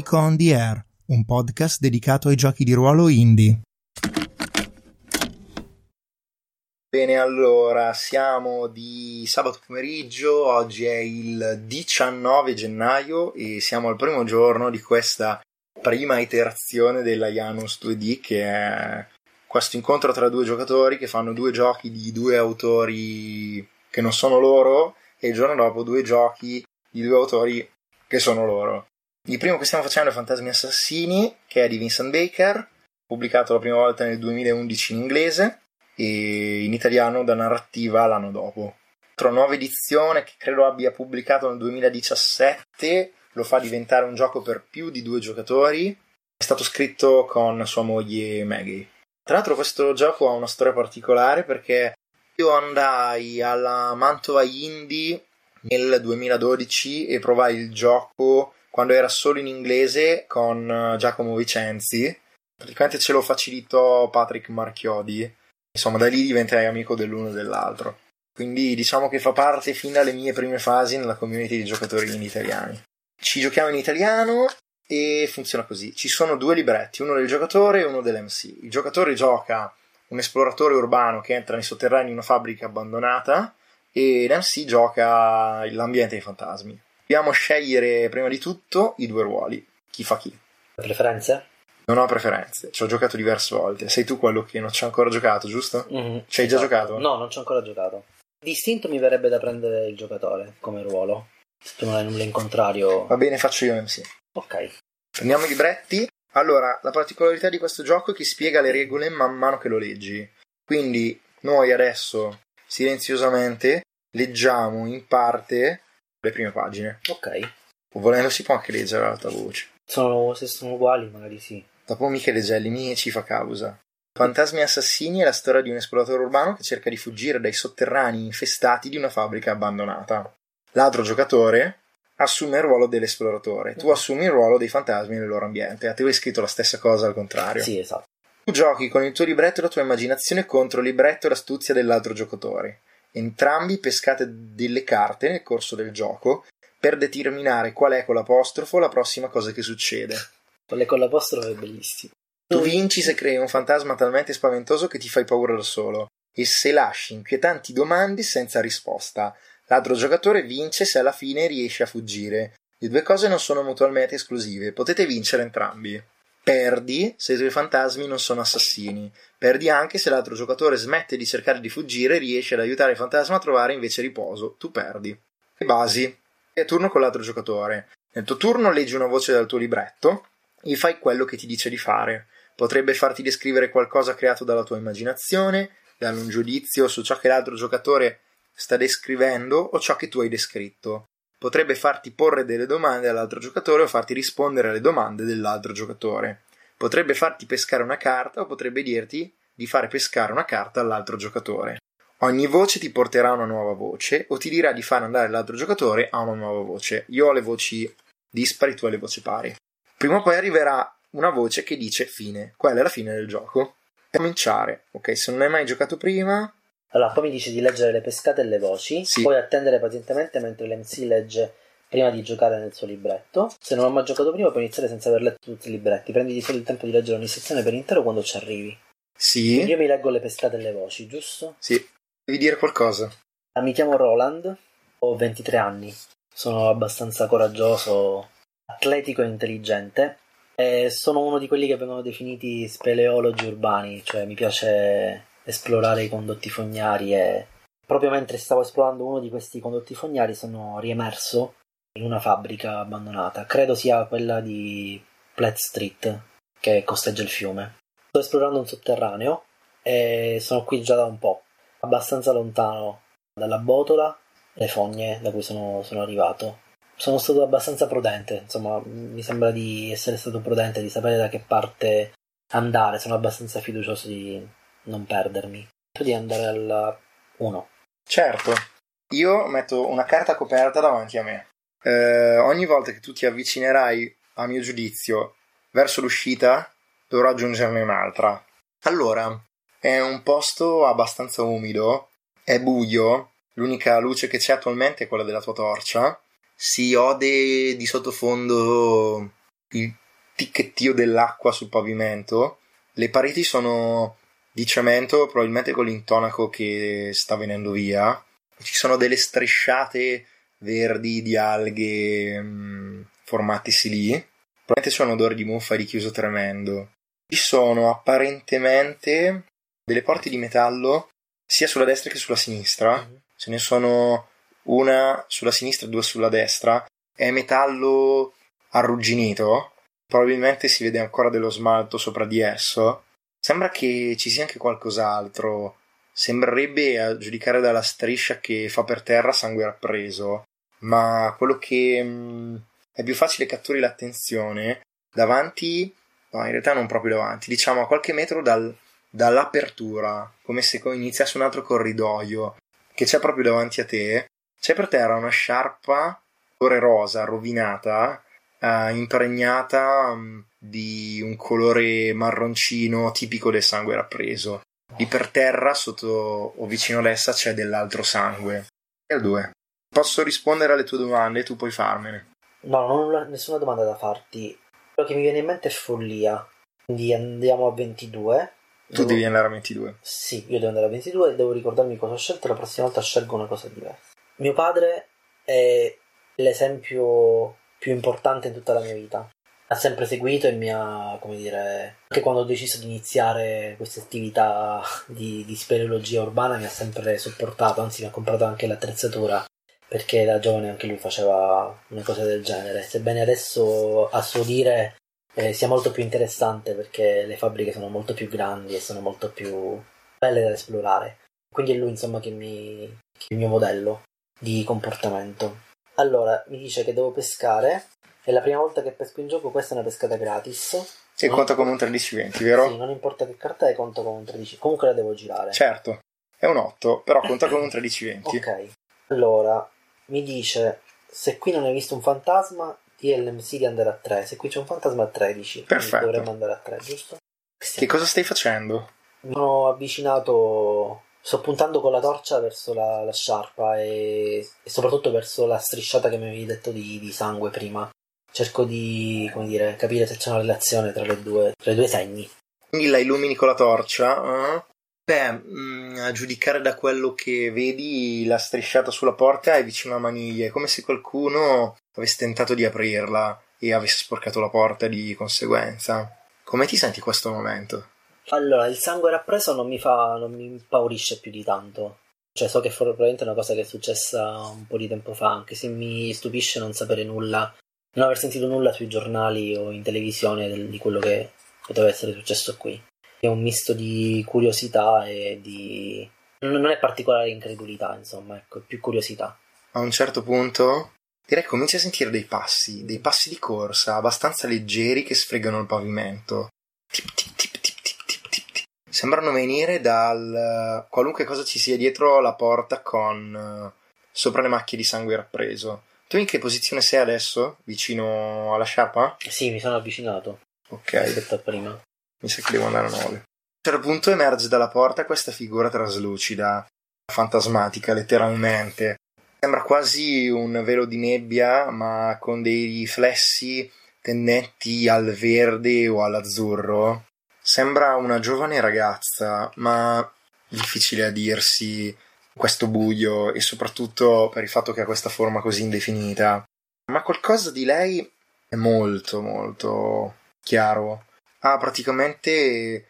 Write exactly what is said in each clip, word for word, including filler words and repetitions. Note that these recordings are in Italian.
Geek on the Air, un podcast dedicato ai giochi di ruolo indie. Bene, allora, siamo di sabato pomeriggio, oggi è il diciannove gennaio e siamo al primo giorno di questa prima iterazione della Janus due D, che è questo incontro tra due giocatori che fanno due giochi di due autori che non sono loro e il giorno dopo due giochi di due autori che sono loro. Il primo che stiamo facendo è Fantasmi Assassini, che è di Vincent Baker, pubblicato la prima volta nel duemilaundici in inglese e in italiano da Narrativa l'anno dopo. Tra nuova edizione che credo abbia pubblicato nel duemiladiciassette, lo fa diventare un gioco per più di due giocatori. È stato scritto con sua moglie Maggie. Tra l'altro questo gioco ha una storia particolare perché io andai alla Mantova Indie nel duemiladodici e provai il gioco quando era solo in inglese con Giacomo Vicenzi. Praticamente ce lo facilitò Patrick Marchiodi. Insomma, da lì diventai amico dell'uno e dell'altro. Quindi diciamo che fa parte fin dalle mie prime fasi nella community di giocatori in italiani. Ci giochiamo in italiano e funziona così. Ci sono due libretti, uno del giocatore e uno dell'M C. Il giocatore gioca un esploratore urbano che entra nei sotterranei di una fabbrica abbandonata e l'M C gioca l'ambiente dei fantasmi. Dobbiamo scegliere prima di tutto i due ruoli. Chi fa chi? Preferenze? Non ho preferenze, ci ho giocato diverse volte. Sei tu quello che non ci ha ancora giocato, giusto? Mm-hmm. Ci hai già giocato? No, non ci ho ancora giocato. Distinto mi verrebbe da prendere il giocatore come ruolo. Se tu non hai nulla in contrario. Va bene, faccio io M C. Ok. Prendiamo i libretti. Allora, la particolarità di questo gioco è che spiega le regole man mano che lo leggi. Quindi noi adesso, silenziosamente, leggiamo in parte le prime pagine. Ok. O volendo si può anche leggere ad alta voce. Sono, se sono uguali magari sì. Dopo Michele Gellini ci fa causa. Fantasmi Assassini è la storia di un esploratore urbano che cerca di fuggire dai sotterranei infestati di una fabbrica abbandonata. L'altro giocatore assume il ruolo dell'esploratore. Tu assumi il ruolo dei fantasmi nel loro ambiente. A te hai scritto la stessa cosa al contrario. Sì, esatto. Tu giochi con il tuo libretto e la tua immaginazione contro il libretto e l'astuzia dell'altro giocatore. Entrambi pescate delle carte nel corso del gioco per determinare qual è con l'apostrofo la prossima cosa che succede. Quelle con l'apostrofo è bellissimo. Tu vinci se crei un fantasma talmente spaventoso che ti fai paura da solo e se lasci inquietanti domande senza risposta. L'altro giocatore vince se alla fine riesce a fuggire. Le due cose non sono mutualmente esclusive, potete vincere entrambi. Perdi se i tuoi fantasmi non sono assassini. Perdi anche se l'altro giocatore smette di cercare di fuggire e riesce ad aiutare il fantasma a trovare invece riposo. Tu perdi. Le basi. È turno con l'altro giocatore. Nel tuo turno leggi una voce dal tuo libretto e fai quello che ti dice di fare. Potrebbe farti descrivere qualcosa creato dalla tua immaginazione, dare un giudizio su ciò che l'altro giocatore sta descrivendo o ciò che tu hai descritto. Potrebbe farti porre delle domande all'altro giocatore o farti rispondere alle domande dell'altro giocatore. Potrebbe farti pescare una carta o potrebbe dirti di fare pescare una carta all'altro giocatore. Ogni voce ti porterà a una nuova voce o ti dirà di fare andare l'altro giocatore a una nuova voce. Io ho le voci dispari, tu hai le voci pari. Prima o poi arriverà una voce che dice fine. Quella è la fine del gioco. Per cominciare, ok, se non hai mai giocato prima... Allora, poi mi dice di leggere le pescate e le voci, sì. Poi attendere pazientemente mentre l'M C legge prima di giocare nel suo libretto. Se non ho mai giocato prima puoi iniziare senza aver letto tutti i libretti. Prendi di solo il tempo di leggere ogni sezione per intero quando ci arrivi. Sì. Quindi io mi leggo le pescate e le voci, giusto? Sì. Devi dire qualcosa. Ah, mi chiamo Roland, ho ventitré anni, sono abbastanza coraggioso, atletico e intelligente e sono uno di quelli che vengono definiti speleologi urbani, cioè mi piace esplorare i condotti fognari e proprio mentre stavo esplorando uno di questi condotti fognari sono riemerso in una fabbrica abbandonata, credo sia quella di Platt Street che costeggia il fiume. Sto esplorando un sotterraneo e sono qui già da un po', abbastanza lontano dalla botola e le fogne da cui sono, sono arrivato. Sono stato abbastanza prudente, insomma, mi sembra di essere stato prudente, di sapere da che parte andare, sono abbastanza fiducioso di non perdermi. Di andare alla uno. Certo, io metto una carta coperta davanti a me. Eh, ogni volta che tu ti avvicinerai, a mio giudizio, verso l'uscita, dovrò aggiungerne un'altra. Allora, è un posto abbastanza umido, è buio, l'unica luce che c'è attualmente è quella della tua torcia, si ode di sottofondo il ticchettio dell'acqua sul pavimento. Le pareti sono di cemento, probabilmente con l'intonaco che sta venendo via. Ci sono delle strisciate verdi di alghe mh, formatisi lì. Probabilmente c'è un odore di muffa e di chiuso tremendo. Ci sono apparentemente delle porte di metallo sia sulla destra che sulla sinistra. Mm-hmm. Ce ne sono una sulla sinistra e due sulla destra. È metallo arrugginito. Probabilmente si vede ancora dello smalto sopra di esso. Sembra che ci sia anche qualcos'altro. Sembrerebbe, a giudicare dalla striscia che fa per terra, sangue rappreso. Ma quello che mh, è più facile catturi l'attenzione davanti, no, in realtà non proprio davanti, diciamo a qualche metro dal, dall'apertura, come se iniziasse un altro corridoio che c'è proprio davanti a te. C'è per terra una sciarpa colore rosa, rovinata, eh, impregnata mh, di un colore marroncino tipico del sangue rappreso. Lì per terra, sotto o vicino ad essa, c'è dell'altro sangue. E al due. Posso rispondere alle tue domande, tu puoi farmene. No, non ho nessuna domanda da farti. Quello che mi viene in mente è follia. Quindi andiamo a ventidue. Tu devo... devi andare a ventidue. Sì, io devo andare a ventidue e devo ricordarmi cosa ho scelto. La prossima volta scelgo una cosa diversa. Mio padre è l'esempio più importante in tutta la mia vita. Ha sempre seguito e mi ha, come dire, anche quando ho deciso di iniziare queste attività di, di speleologia urbana mi ha sempre supportato, anzi mi ha comprato anche l'attrezzatura, perché da giovane anche lui faceva una cosa del genere, sebbene adesso a suo dire eh, sia molto più interessante perché le fabbriche sono molto più grandi e sono molto più belle da esplorare. Quindi è lui insomma che, mi, che è il mio modello di comportamento. Allora, mi dice che devo pescare. È la prima volta che pesco in gioco, questa è una pescata gratis. E non conta come un tredici venti, vero? Sì, non importa che carta è, conta come un tredici. Comunque la devo girare. Certo, è un otto, però conta come un tredici venti. Ok, allora, mi dice, se qui non hai visto un fantasma, di L M C di andare a tre. Se qui c'è un fantasma a tredici. Perfetto. Dovremmo andare a tre, giusto? Che cosa stai facendo? Mi sono avvicinato... Sto puntando con la torcia verso la, la sciarpa e, e soprattutto verso la strisciata che mi avevi detto di, di sangue prima. Cerco di, come dire, capire se c'è una relazione tra le due, tra i due segni. Quindi la illumini con la torcia? Eh? Beh, mh, a giudicare da quello che vedi, la strisciata sulla porta è vicino alla maniglia. È come se qualcuno avesse tentato di aprirla e avesse sporcato la porta di conseguenza. Come ti senti in questo momento? Allora, il sangue rappreso non mi fa, non mi impaurisce più di tanto. Cioè, so che probabilmente è una cosa che è successa un po' di tempo fa, anche se mi stupisce non sapere nulla, non aver sentito nulla sui giornali o in televisione del, di quello che poteva essere successo qui. È un misto di curiosità e di... non è particolare incredulità, insomma, ecco, è più curiosità. A un certo punto direi che cominci a sentire dei passi, dei passi di corsa abbastanza leggeri che sfregano il pavimento. Tip tip tip tip tip tip tip tip. Sembrano venire dal qualunque cosa ci sia dietro la porta con uh, sopra le macchie di sangue rappreso. Tu in che posizione sei adesso? Vicino alla sciarpa? Sì, mi sono avvicinato. Ok. Rispetto a prima. Mi sa che devo andare a nove. A un certo punto emerge dalla porta questa figura traslucida, fantasmatica, letteralmente. Sembra quasi un velo di nebbia, ma con dei riflessi tendenti al verde o all'azzurro. Sembra una giovane ragazza, ma difficile a dirsi questo buio, e soprattutto per il fatto che ha questa forma così indefinita. Ma qualcosa di lei è molto, molto chiaro. Ha praticamente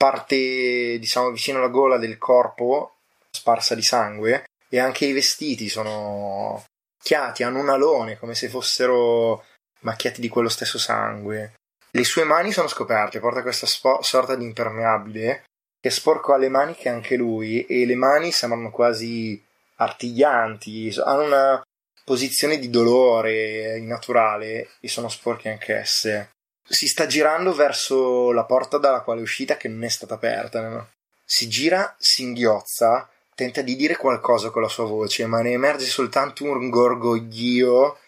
parte, diciamo, vicino alla gola del corpo sparsa di sangue, e anche i vestiti sono chiati, hanno un alone, come se fossero macchiati di quello stesso sangue. Le sue mani sono scoperte, porta questa spo- sorta di impermeabile che sporco alle maniche anche lui, e le mani sembrano quasi artiglianti, hanno una posizione di dolore innaturale e sono sporche anch'esse. Si sta girando verso la porta dalla quale è uscita, che non è stata aperta, no? Si gira, si inghiozza, tenta di dire qualcosa con la sua voce, ma ne emerge soltanto un gorgoglio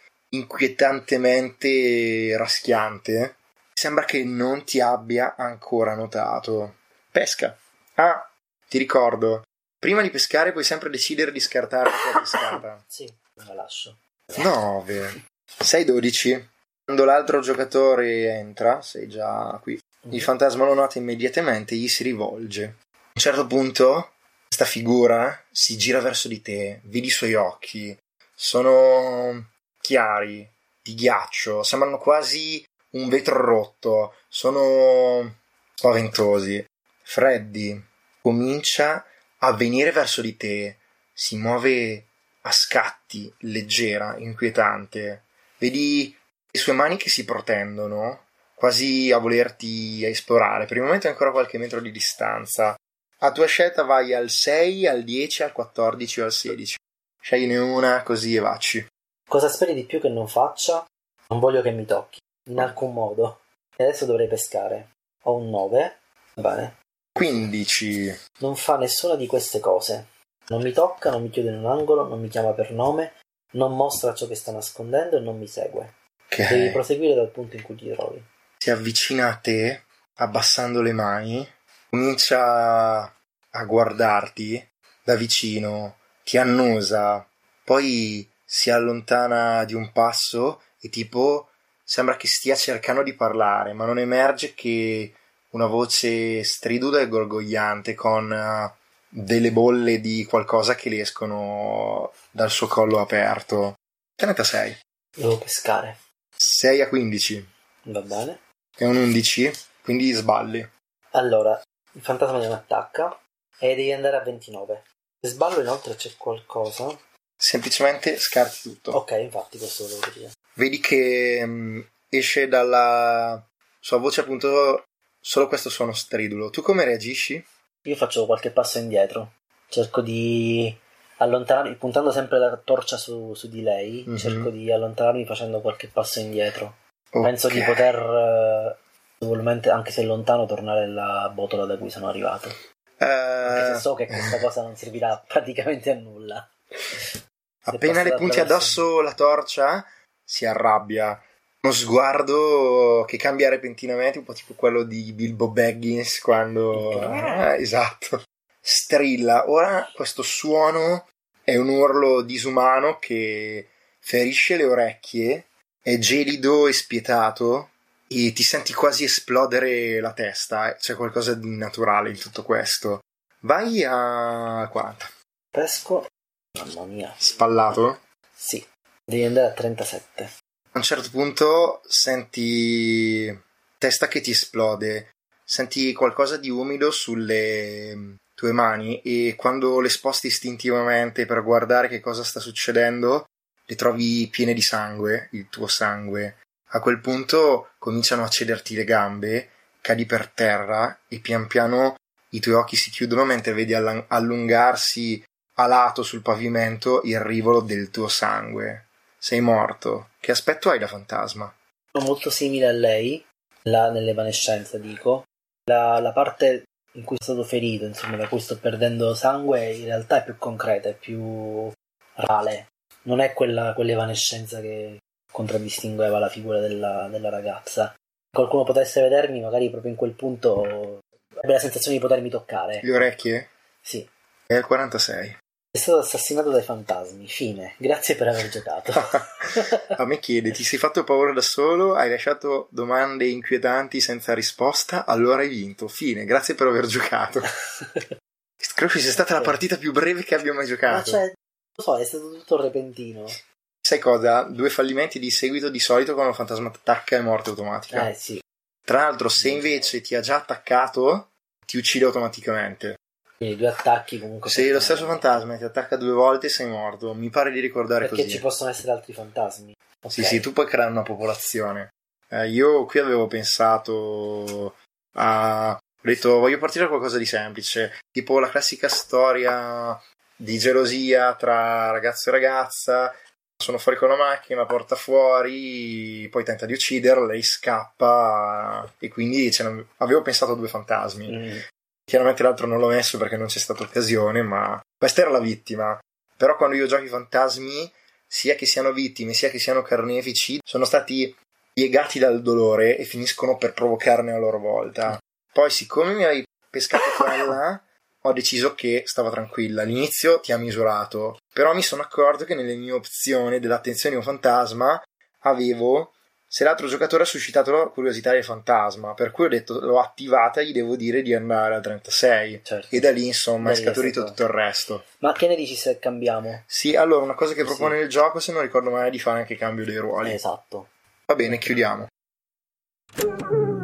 inquietantemente raschiante. Sembra che non ti abbia ancora notato. Pesca. Ah, ti ricordo, prima di pescare puoi sempre decidere di scartare la tua pescata. Sì, la lascio. nove. sei dodici. Quando l'altro giocatore entra, sei già qui, mm-hmm. il fantasma lo nota immediatamente e gli si rivolge. A un certo punto questa figura si gira verso di te, vedi i suoi occhi, sono chiari, di ghiaccio, sembrano quasi un vetro rotto, sono spaventosi, freddi. Comincia a venire verso di te, si muove a scatti, leggera, inquietante. Vedi le sue mani che si protendono, quasi a volerti esplorare. Per il momento è ancora qualche metro di distanza. A tua scelta vai al sei, al dieci, al quattordici o al sedici. Scegliene una così e vacci. Cosa speri di più che non faccia? Non voglio che mi tocchi, in alcun modo. E adesso dovrei pescare. Ho un nove, va bene. quindici. Non fa nessuna di queste cose. Non mi tocca, non mi chiude in un angolo, non mi chiama per nome, non mostra ciò che sta nascondendo e non mi segue. Okay. Devi proseguire dal punto in cui ti trovi. Si avvicina a te, abbassando le mani, comincia a guardarti da vicino, ti annusa, poi si allontana di un passo e tipo sembra che stia cercando di parlare, ma non emerge che una voce stridula e gorgogliante con uh, delle bolle di qualcosa che le escono dal suo collo aperto. trentasei. Devo pescare. sei a quindici. Va bene. È un undici, quindi sballi. Allora, il fantasma non attacca e devi andare a ventinove. Se sballo inoltre c'è qualcosa. Semplicemente scarti tutto. Ok, infatti questo volevo dire. Vedi che mh, esce dalla sua voce appunto solo questo suono stridulo. Tu come reagisci? Io faccio qualche passo indietro. Cerco di allontanarmi, puntando sempre la torcia su, su di lei. Mm-hmm. Cerco di allontanarmi facendo qualche passo indietro. Okay. Penso di poter uh, anche se lontano, tornare alla botola da cui sono arrivato. Uh... Anche se so che questa cosa non servirà praticamente a nulla. Appena le punti addosso la torcia, si arrabbia. Uno sguardo che cambia repentinamente, un po' tipo quello di Bilbo Baggins quando... Eh, esatto. Strilla. Ora questo suono è un urlo disumano che ferisce le orecchie, è gelido e spietato e ti senti quasi esplodere la testa. C'è qualcosa di naturale in tutto questo. Vai a quaranta. Pesco. Mamma mia. Spallato? Sì. Devi andare a trentasette. A un certo punto senti testa che ti esplode, senti qualcosa di umido sulle tue mani e quando le sposti istintivamente per guardare che cosa sta succedendo, le trovi piene di sangue, il tuo sangue. A quel punto cominciano a cederti le gambe, cadi per terra e pian piano i tuoi occhi si chiudono mentre vedi allungarsi a lato sul pavimento il rivolo del tuo sangue. Sei morto. Che aspetto hai da fantasma? Sono molto simile a lei, là nell'evanescenza dico. La, la parte in cui sono stato ferito, insomma, da cui sto perdendo sangue, in realtà è più concreta, è più reale. Non è quella, quell'evanescenza che contraddistingueva la figura della, della ragazza. Qualcuno potesse vedermi, magari proprio in quel punto avrebbe la sensazione di potermi toccare. Le orecchie? Sì. È il quarantasei. È stato assassinato dai fantasmi. Fine. Grazie per aver giocato. A me chiede, ti sei fatto paura da solo? Hai lasciato domande inquietanti senza risposta? Allora hai vinto. Fine. Grazie per aver giocato. Credo che sia stata la partita più breve che abbia mai giocato. Ma cioè, lo so, è stato tutto repentino. Sai cosa? Due fallimenti di seguito di solito quando il fantasma ti attacca è morte automatica. Eh sì. Tra l'altro, se invece ti ha già attaccato, ti uccide automaticamente. Quindi due attacchi comunque. Se lo stesso fantasma ti attacca due volte sei morto. Mi pare di ricordare perché così. Perché ci possono essere altri fantasmi. Okay. Sì, sì, tu puoi creare una popolazione. Eh, io qui avevo pensato a... Ho detto, voglio partire da qualcosa di semplice. Tipo la classica storia di gelosia tra ragazzo e ragazza. Sono fuori con la macchina, la porta fuori, poi tenta di ucciderla, lei scappa e quindi avevo pensato a due fantasmi. Mm. Chiaramente l'altro non l'ho messo perché non c'è stata occasione, ma questa era la vittima. Però quando io gioco i fantasmi, sia che siano vittime, sia che siano carnefici, sono stati piegati dal dolore e finiscono per provocarne a loro volta. Poi, siccome mi hai pescato quella, ho deciso che stava tranquilla. All'inizio ti ha misurato, però mi sono accorto che nelle mie opzioni dell'attenzione a un fantasma avevo Se l'altro giocatore ha suscitato la curiosità del fantasma, per cui ho detto l'ho attivata, gli devo dire di andare a trentasei, certo. E da lì insomma Da è lì è scaturito stato- tutto il resto. Ma che ne dici se cambiamo? Sì, allora una cosa che Sì. propone il gioco, se non ricordo male, è di fare anche cambio dei ruoli. Esatto. Va bene, chiudiamo.